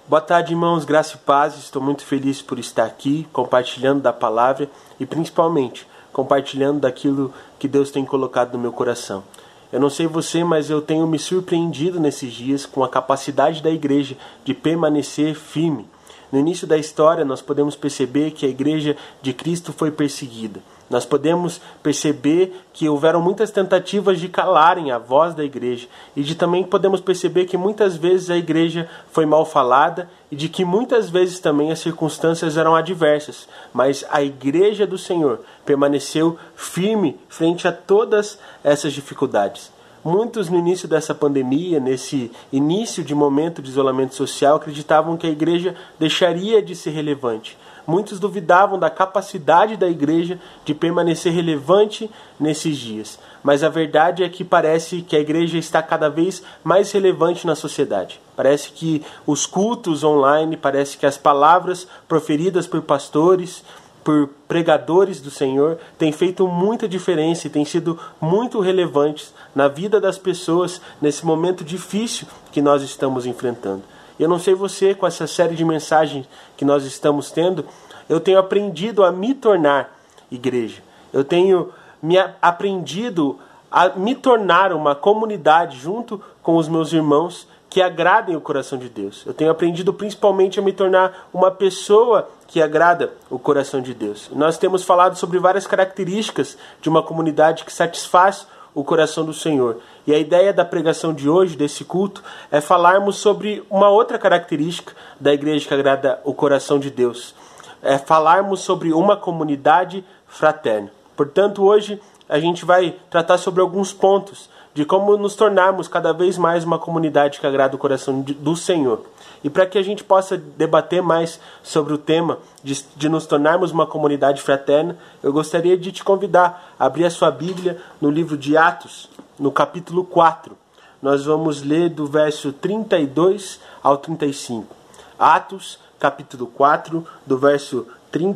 Boa tarde, irmãos, graça e paz. Estou muito feliz por estar aqui, compartilhando da palavra e principalmente compartilhando daquilo que Deus tem colocado no meu coração. Eu não sei você, mas eu tenho me surpreendido nesses dias com a capacidade da igreja de permanecer firme. No início da história, nós podemos perceber que a igreja de Cristo foi perseguida. Nós podemos perceber que houveram muitas tentativas de calarem a voz da igreja e também podemos perceber que muitas vezes a igreja foi mal falada e de que muitas vezes também as circunstâncias eram adversas, mas a igreja do Senhor permaneceu firme frente a todas essas dificuldades. Muitos no início dessa pandemia, nesse início de momento de isolamento social, acreditavam que a igreja deixaria de ser relevante. Muitos duvidavam da capacidade da igreja de permanecer relevante nesses dias. Mas a verdade é que parece que a igreja está cada vez mais relevante na sociedade. Parece que os cultos online, parece que as palavras proferidas por pastores, por pregadores do Senhor, têm feito muita diferença e têm sido muito relevantes na vida das pessoas nesse momento difícil que nós estamos enfrentando. Eu não sei você, com essa série de mensagens que nós estamos tendo, eu tenho aprendido a me tornar igreja. Eu tenho aprendido a me tornar uma comunidade junto com os meus irmãos que agradem o coração de Deus. Eu tenho aprendido principalmente a me tornar uma pessoa que agrada o coração de Deus. Nós temos falado sobre várias características de uma comunidade que satisfaz o coração do Senhor. E a ideia da pregação de hoje, desse culto, é falarmos sobre uma outra característica da igreja que agrada o coração de Deus. É falarmos sobre uma comunidade fraterna. Portanto, hoje a gente vai tratar sobre alguns pontos de como nos tornarmos cada vez mais uma comunidade que agrada o coração do Senhor. E para que a gente possa debater mais sobre o tema de nos tornarmos uma comunidade fraterna, eu gostaria de te convidar a abrir a sua Bíblia no livro de Atos, no capítulo 4. Nós vamos ler do verso 32 ao 35. Atos, capítulo 4, do verso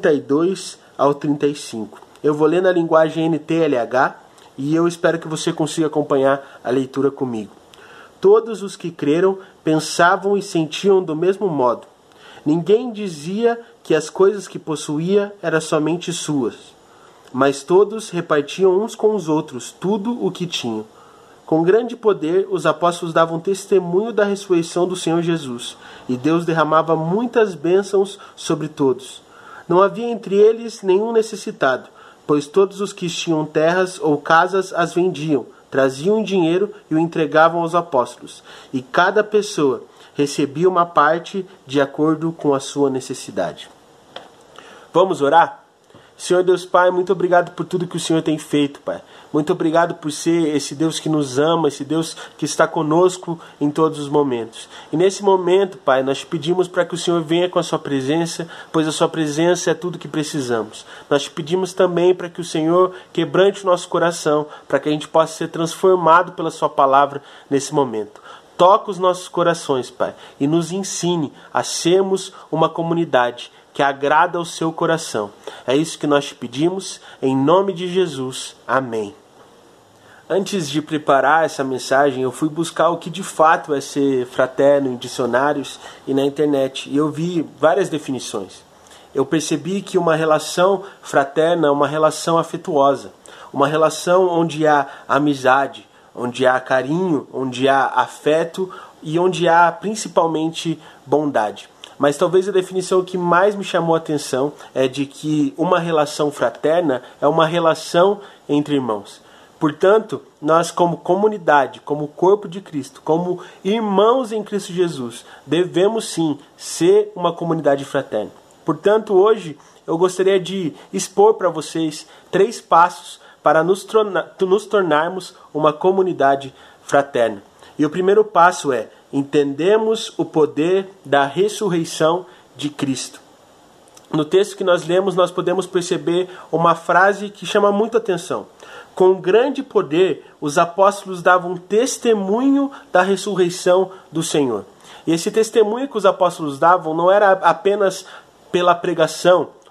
32 ao 35. Eu vou ler na linguagem NTLH e eu espero que você consiga acompanhar a leitura comigo. Todos os que creram pensavam e sentiam do mesmo modo. Ninguém dizia que as coisas que possuía eram somente suas, mas todos repartiam uns com os outros tudo o que tinham. Com grande poder, os apóstolos davam testemunho da ressurreição do Senhor Jesus, e Deus derramava muitas bênçãos sobre todos. Não havia entre eles nenhum necessitado, pois todos os que tinham terras ou casas as vendiam, traziam dinheiro e o entregavam aos apóstolos, e cada pessoa recebia uma parte de acordo com a sua necessidade. Vamos orar? Senhor Deus Pai, muito obrigado por tudo que o Senhor tem feito, Pai. Muito obrigado por ser esse Deus que nos ama, esse Deus que está conosco em todos os momentos. E nesse momento, Pai, nós te pedimos para que o Senhor venha com a sua presença, pois a sua presença é tudo que precisamos. Nós te pedimos também para que o Senhor quebrante o nosso coração, para que a gente possa ser transformado pela sua palavra nesse momento. Toca os nossos corações, Pai, e nos ensine a sermos uma comunidade que agrada ao seu coração. É isso que nós te pedimos, em nome de Jesus. Amém. Antes de preparar essa mensagem, eu fui buscar o que de fato é ser fraterno em dicionários e na internet, e eu vi várias definições. Eu percebi que uma relação fraterna é uma relação afetuosa, uma relação onde há amizade, onde há carinho, onde há afeto e onde há principalmente bondade. Mas talvez a definição que mais me chamou a atenção é de que uma relação fraterna é uma relação entre irmãos. Portanto, nós como comunidade, como corpo de Cristo, como irmãos em Cristo Jesus, devemos sim ser uma comunidade fraterna. Portanto, hoje eu gostaria de expor para vocês 3 passos para nos tornarmos uma comunidade fraterna. E o primeiro passo é: entendemos o poder da ressurreição de Cristo. No texto que nós lemos, nós podemos perceber uma frase que chama muita atenção. Com grande poder, os apóstolos davam testemunho da ressurreição do Senhor. E esse testemunho que os apóstolos davam não era apenas pela pregação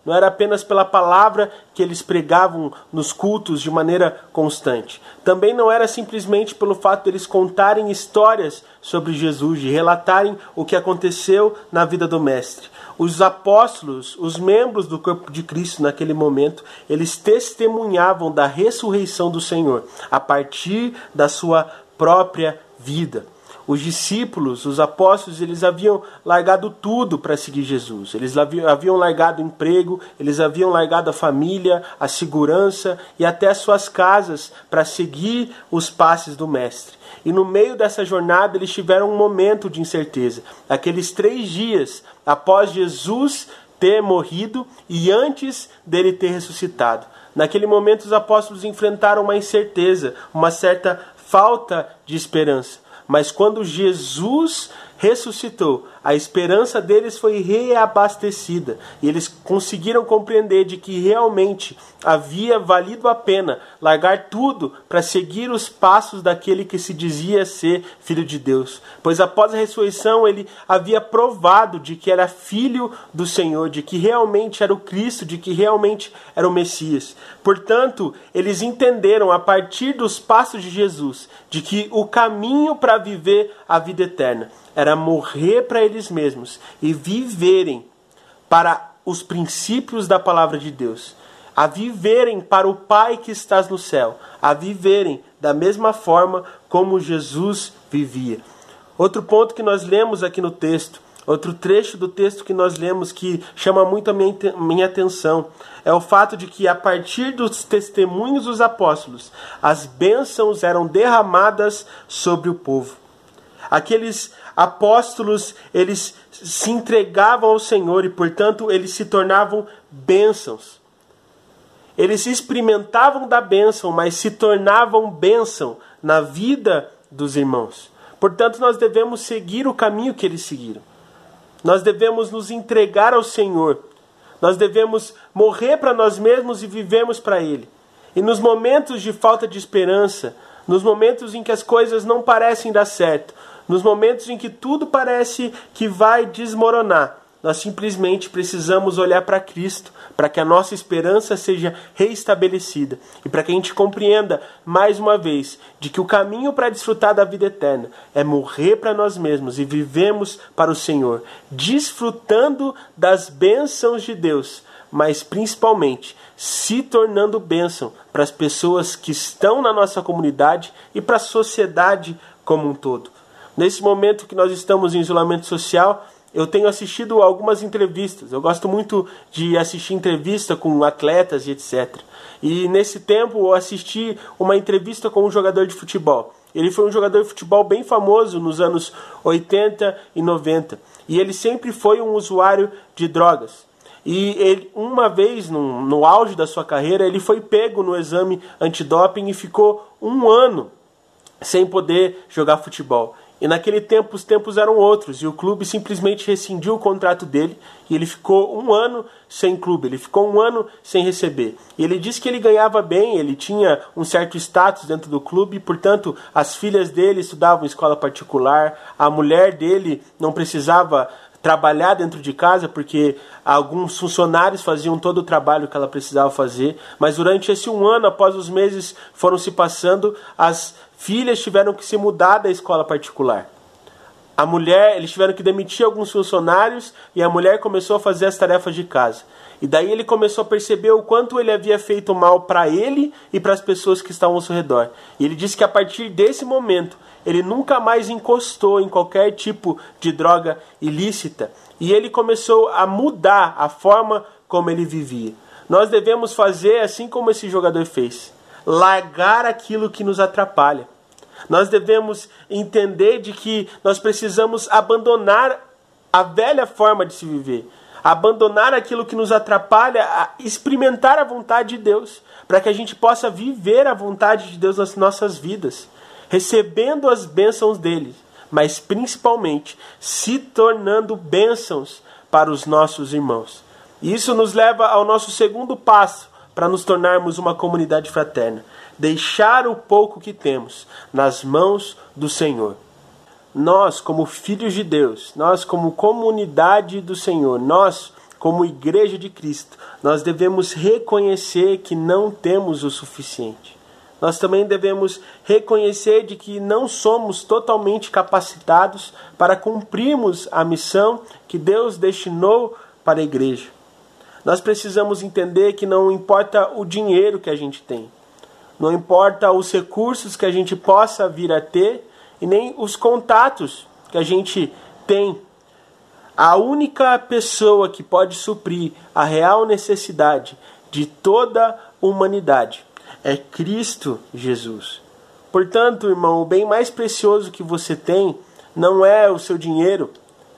não era apenas pela palavra que eles pregavam nos cultos de maneira constante. Também não era simplesmente pelo fato de eles contarem histórias sobre Jesus, de relatarem o que aconteceu na vida do Mestre. Os apóstolos, os membros do corpo de Cristo naquele momento, eles testemunhavam da ressurreição do Senhor a partir da sua própria vida. Os discípulos, os apóstolos, eles haviam largado tudo para seguir Jesus. Eles haviam largado o emprego, eles haviam largado a família, a segurança e até as suas casas para seguir os passes do Mestre. E no meio dessa jornada eles tiveram um momento de incerteza. Aqueles 3 dias após Jesus ter morrido e antes dele ter ressuscitado. Naquele momento os apóstolos enfrentaram uma incerteza, uma certa falta de esperança. Mas quando Jesus ressuscitou, a esperança deles foi reabastecida. E eles conseguiram compreender de que realmente havia valido a pena largar tudo para seguir os passos daquele que se dizia ser Filho de Deus. Pois após a ressurreição ele havia provado de que era Filho do Senhor, de que realmente era o Cristo, de que realmente era o Messias. Portanto, eles entenderam a partir dos passos de Jesus, de que o caminho para viver a vida eterna era morrer para eles mesmos e viverem para os princípios da palavra de Deus, a viverem para o Pai que estás no céu, a viverem da mesma forma como Jesus vivia. Outro ponto que nós lemos aqui no texto, outro trecho do texto que nós lemos que chama muito a minha atenção, é o fato de que a partir dos testemunhos dos apóstolos, as bênçãos eram derramadas sobre o povo. Aqueles apóstolos, eles se entregavam ao Senhor e, portanto, eles se tornavam bênçãos. Eles experimentavam da bênção, mas se tornavam bênção na vida dos irmãos. Portanto, nós devemos seguir o caminho que eles seguiram. Nós devemos nos entregar ao Senhor. Nós devemos morrer para nós mesmos e vivermos para Ele. E nos momentos de falta de esperança, nos momentos em que as coisas não parecem dar certo, nos momentos em que tudo parece que vai desmoronar, nós simplesmente precisamos olhar para Cristo, para que a nossa esperança seja reestabelecida e para que a gente compreenda mais uma vez de que o caminho para desfrutar da vida eterna é morrer para nós mesmos e vivemos para o Senhor, desfrutando das bênçãos de Deus, mas principalmente se tornando bênção para as pessoas que estão na nossa comunidade e para a sociedade como um todo. Nesse momento que nós estamos em isolamento social, eu tenho assistido algumas entrevistas. Eu gosto muito de assistir entrevista com atletas e etc. E nesse tempo eu assisti uma entrevista com um jogador de futebol. Ele foi um jogador de futebol bem famoso nos anos 80 e 90. E ele sempre foi um usuário de drogas. E ele, uma vez, no auge da sua carreira, ele foi pego no exame antidoping e ficou 1 ano sem poder jogar futebol. E naquele tempo, os tempos eram outros, e o clube simplesmente rescindiu o contrato dele, e ele ficou 1 ano sem clube, ele ficou 1 ano sem receber. E ele disse que ele ganhava bem, ele tinha um certo status dentro do clube, e, portanto, as filhas dele estudavam em escola particular, a mulher dele não precisava trabalhar dentro de casa, porque alguns funcionários faziam todo o trabalho que ela precisava fazer, mas durante esse 1 ano, após os meses foram se passando, as filhas tiveram que se mudar da escola particular. A mulher, eles tiveram que demitir alguns funcionários e a mulher começou a fazer as tarefas de casa. E daí ele começou a perceber o quanto ele havia feito mal para ele e para as pessoas que estavam ao seu redor. E ele disse que a partir desse momento, ele nunca mais encostou em qualquer tipo de droga ilícita. E ele começou a mudar a forma como ele vivia. Nós devemos fazer assim como esse jogador fez. Largar aquilo que nos atrapalha. Nós devemos entender de que nós precisamos abandonar a velha forma de se viver. Abandonar aquilo que nos atrapalha a experimentar a vontade de Deus. Para que a gente possa viver a vontade de Deus nas nossas vidas. Recebendo as bênçãos dele. Mas principalmente se tornando bênçãos para os nossos irmãos. E isso nos leva ao nosso segundo passo para nos tornarmos uma comunidade fraterna. Deixar o pouco que temos nas mãos do Senhor. Nós, como filhos de Deus, nós como comunidade do Senhor, nós como igreja de Cristo, nós devemos reconhecer que não temos o suficiente. Nós também devemos reconhecer de que não somos totalmente capacitados para cumprirmos a missão que Deus destinou para a igreja. Nós precisamos entender que não importa o dinheiro que a gente tem, não importa os recursos que a gente possa vir a ter e nem os contatos que a gente tem. A única pessoa que pode suprir a real necessidade de toda a humanidade é Cristo Jesus. Portanto, irmão, o bem mais precioso que você tem não é o seu dinheiro.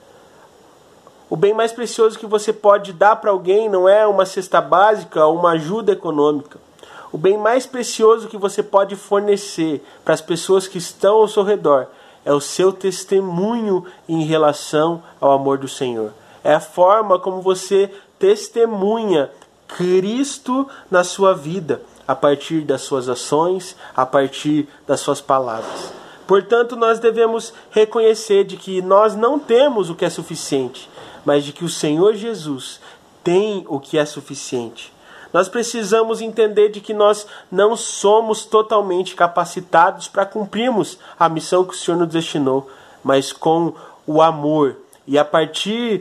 O bem mais precioso que você pode dar para alguém não é uma cesta básica ou uma ajuda econômica. O bem mais precioso que você pode fornecer para as pessoas que estão ao seu redor é o seu testemunho em relação ao amor do Senhor. É a forma como você testemunha Cristo na sua vida, a partir das suas ações, a partir das suas palavras. Portanto, nós devemos reconhecer de que nós não temos o que é suficiente, mas de que o Senhor Jesus tem o que é suficiente. Nós precisamos entender de que nós não somos totalmente capacitados para cumprirmos a missão que o Senhor nos destinou, mas com o amor e a partir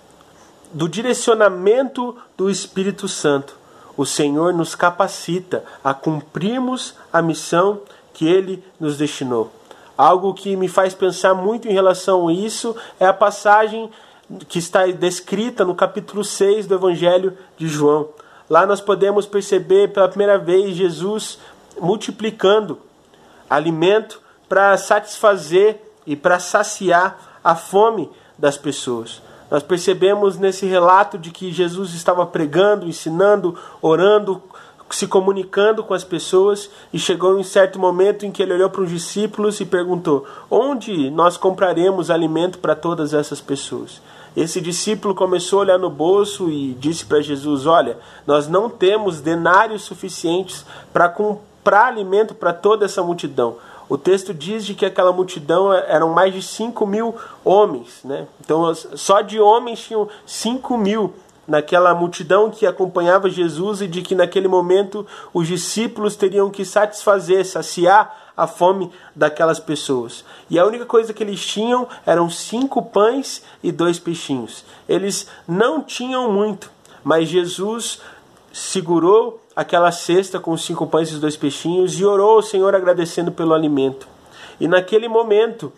do direcionamento do Espírito Santo, o Senhor nos capacita a cumprirmos a missão que Ele nos destinou. Algo que me faz pensar muito em relação a isso é a passagem que está descrita no capítulo 6 do Evangelho de João. Lá nós podemos perceber pela primeira vez Jesus multiplicando alimento para satisfazer e para saciar a fome das pessoas. Nós percebemos nesse relato de que Jesus estava pregando, ensinando, orando, se comunicando com as pessoas, e chegou em certo momento em que ele olhou para os discípulos e perguntou: onde nós compraremos alimento para todas essas pessoas? Esse discípulo começou a olhar no bolso e disse para Jesus: olha, nós não temos denários suficientes para comprar alimento para toda essa multidão. O texto diz de que aquela multidão eram mais de 5.000 homens, né? Então só de homens tinham 5.000 naquela multidão que acompanhava Jesus, e de que naquele momento os discípulos teriam que saciar a fome daquelas pessoas. E a única coisa que eles tinham eram 5 pães e 2 peixinhos. Eles não tinham muito, mas Jesus segurou aquela cesta com os 5 pães e os 2 peixinhos e orou ao Senhor agradecendo pelo alimento. E naquele momento,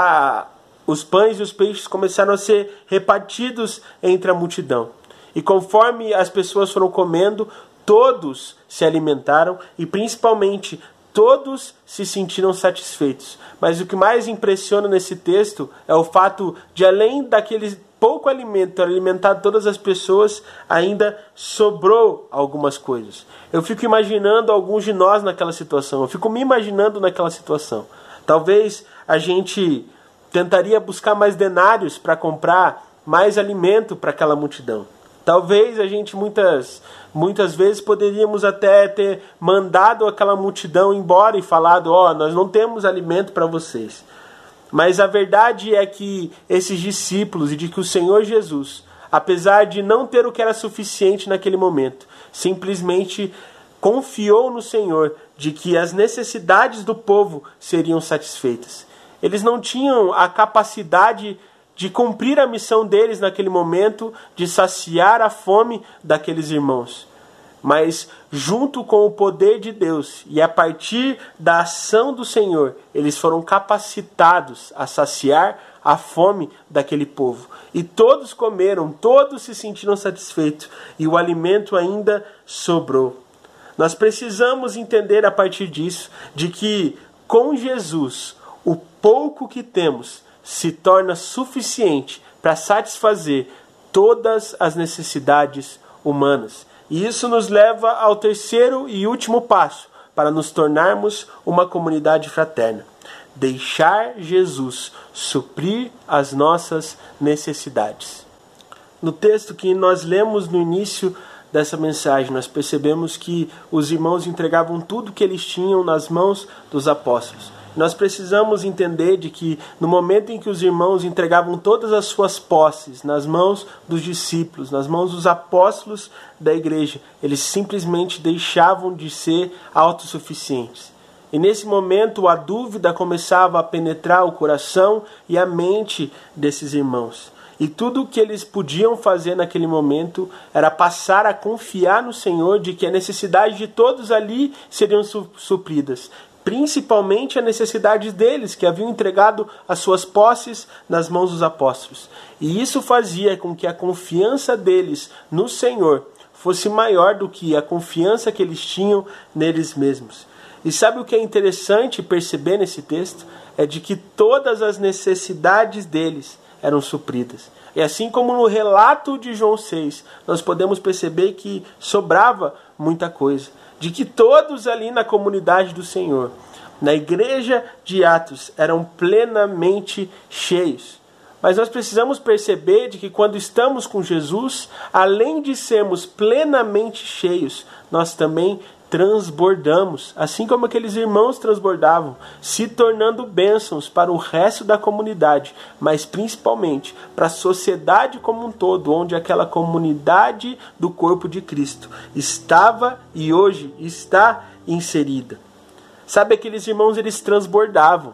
os pães e os peixes começaram a ser repartidos entre a multidão. E conforme as pessoas foram comendo, todos se alimentaram e principalmente todos se sentiram satisfeitos. Mas o que mais impressiona nesse texto é o fato de, além daquele pouco alimento ter alimentado todas as pessoas, ainda sobrou algumas coisas. Eu fico imaginando alguns de nós naquela situação. Eu fico me imaginando naquela situação. Talvez a gente tentaria buscar mais denários para comprar mais alimento para aquela multidão. Talvez a gente muitas vezes poderíamos até ter mandado aquela multidão embora e falado: nós não temos alimento para vocês. Mas a verdade é que esses discípulos e de que o Senhor Jesus, apesar de não ter o que era suficiente naquele momento, simplesmente confiou no Senhor de que as necessidades do povo seriam satisfeitas. Eles não tinham a capacidade de cumprir a missão deles naquele momento, de saciar a fome daqueles irmãos. Mas junto com o poder de Deus e a partir da ação do Senhor, eles foram capacitados a saciar a fome daquele povo. E todos comeram, todos se sentiram satisfeitos e o alimento ainda sobrou. Nós precisamos entender a partir disso, de que com Jesus, o pouco que temos se torna suficiente para satisfazer todas as necessidades humanas. E isso nos leva ao terceiro e último passo para nos tornarmos uma comunidade fraterna: deixar Jesus suprir as nossas necessidades. No texto que nós lemos no início dessa mensagem, nós percebemos que os irmãos entregavam tudo que eles tinham nas mãos dos apóstolos. Nós precisamos entender de que no momento em que os irmãos entregavam todas as suas posses nas mãos dos discípulos, nas mãos dos apóstolos da igreja, eles simplesmente deixavam de ser autossuficientes. E nesse momento a dúvida começava a penetrar o coração e a mente desses irmãos. E tudo o que eles podiam fazer naquele momento era passar a confiar no Senhor de que a necessidade de todos ali seriam supridas. Principalmente a necessidade deles, que haviam entregado as suas posses nas mãos dos apóstolos. E isso fazia com que a confiança deles no Senhor fosse maior do que a confiança que eles tinham neles mesmos. E sabe o que é interessante perceber nesse texto? É de que todas as necessidades deles eram supridas. E assim como no relato de João 6, nós podemos perceber que sobrava muita coisa. De que todos ali na comunidade do Senhor, na igreja de Atos, eram plenamente cheios. Mas nós precisamos perceber de que quando estamos com Jesus, além de sermos plenamente cheios, nós também transbordamos, assim como aqueles irmãos transbordavam, se tornando bênçãos para o resto da comunidade, mas principalmente para a sociedade como um todo, onde aquela comunidade do corpo de Cristo estava e hoje está inserida. Sabe, aqueles irmãos, eles transbordavam.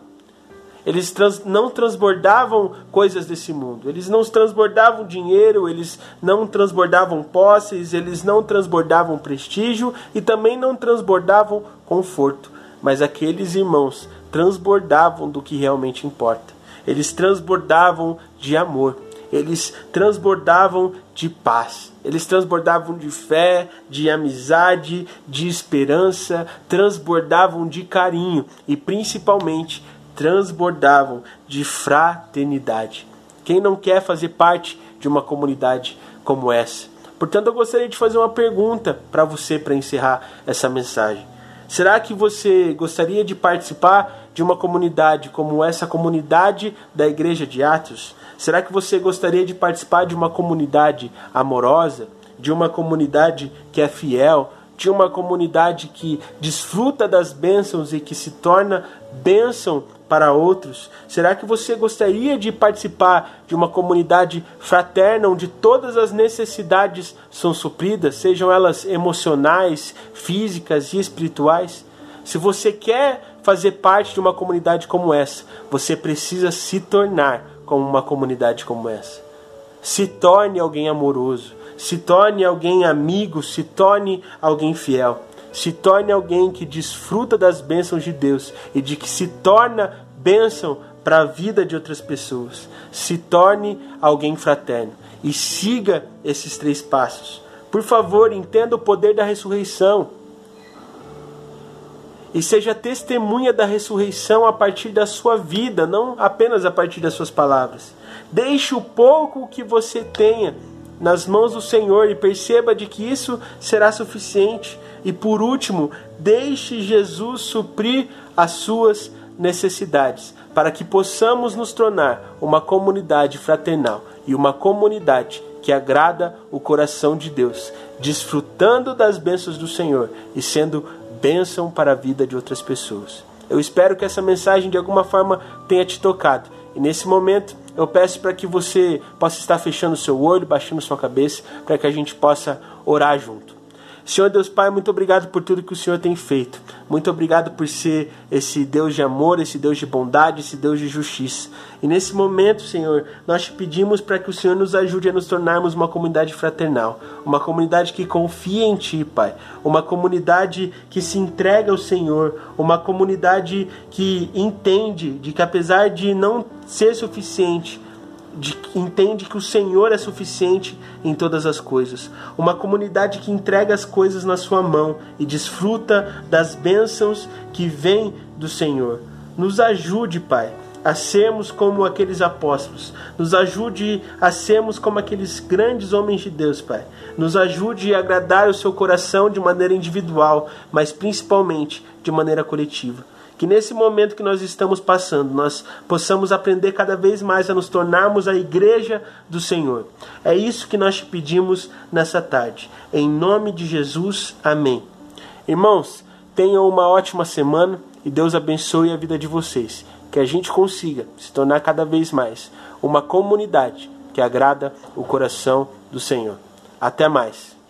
Eles não transbordavam coisas desse mundo. Eles não transbordavam dinheiro, eles não transbordavam posses, eles não transbordavam prestígio e também não transbordavam conforto. Mas aqueles irmãos transbordavam do que realmente importa. Eles transbordavam de amor. Eles transbordavam de paz. Eles transbordavam de fé, de amizade, de esperança, transbordavam de carinho e principalmente transbordavam de fraternidade. Quem não quer fazer parte de uma comunidade como essa? Portanto, eu gostaria de fazer uma pergunta para você para encerrar essa mensagem. Será que você gostaria de participar de uma comunidade como essa comunidade da Igreja de Atos? Será que você gostaria de participar de uma comunidade amorosa, de uma comunidade que é fiel, de uma comunidade que desfruta das bênçãos e que se torna bênção para outros? Será que você gostaria de participar de uma comunidade fraterna onde todas as necessidades são supridas, sejam elas emocionais, físicas e espirituais? Se você quer fazer parte de uma comunidade como essa, você precisa se tornar como uma comunidade como essa. Se torne alguém amoroso, se torne alguém amigo, se torne alguém fiel. Se torne alguém que desfruta das bênçãos de Deus e de que se torna bênção para a vida de outras pessoas. Se torne alguém fraterno e siga esses 3 passos. Por favor, entenda o poder da ressurreição e seja testemunha da ressurreição a partir da sua vida, não apenas a partir das suas palavras. Deixe o pouco que você tenha nas mãos do Senhor e perceba de que isso será suficiente. E por último, deixe Jesus suprir as suas necessidades, para que possamos nos tornar uma comunidade fraternal e uma comunidade que agrada o coração de Deus, desfrutando das bênçãos do Senhor e sendo bênção para a vida de outras pessoas. Eu espero que essa mensagem de alguma forma tenha te tocado. E nesse momento eu peço para que você possa estar fechando o seu olho, baixando sua cabeça, para que a gente possa orar junto. Senhor Deus Pai, muito obrigado por tudo que o Senhor tem feito. Muito obrigado por ser esse Deus de amor, esse Deus de bondade, esse Deus de justiça. E nesse momento, Senhor, nós te pedimos para que o Senhor nos ajude a nos tornarmos uma comunidade fraternal. Uma comunidade que confia em Ti, Pai. Uma comunidade que se entrega ao Senhor. Uma comunidade que entende de que apesar de não ser suficiente, entende que o Senhor é suficiente em todas as coisas. Uma comunidade que entrega as coisas na sua mão e desfruta das bênçãos que vêm do Senhor. Nos ajude, Pai, a sermos como aqueles apóstolos. Nos ajude a sermos como aqueles grandes homens de Deus, Pai. Nos ajude a agradar o seu coração de maneira individual, mas principalmente de maneira coletiva. Que nesse momento que nós estamos passando, nós possamos aprender cada vez mais a nos tornarmos a igreja do Senhor. É isso que nós te pedimos nessa tarde. Em nome de Jesus, amém. Irmãos, tenham uma ótima semana. e Deus abençoe a vida de vocês. Que a gente consiga se tornar cada vez mais uma comunidade que agrada o coração do Senhor. Até mais!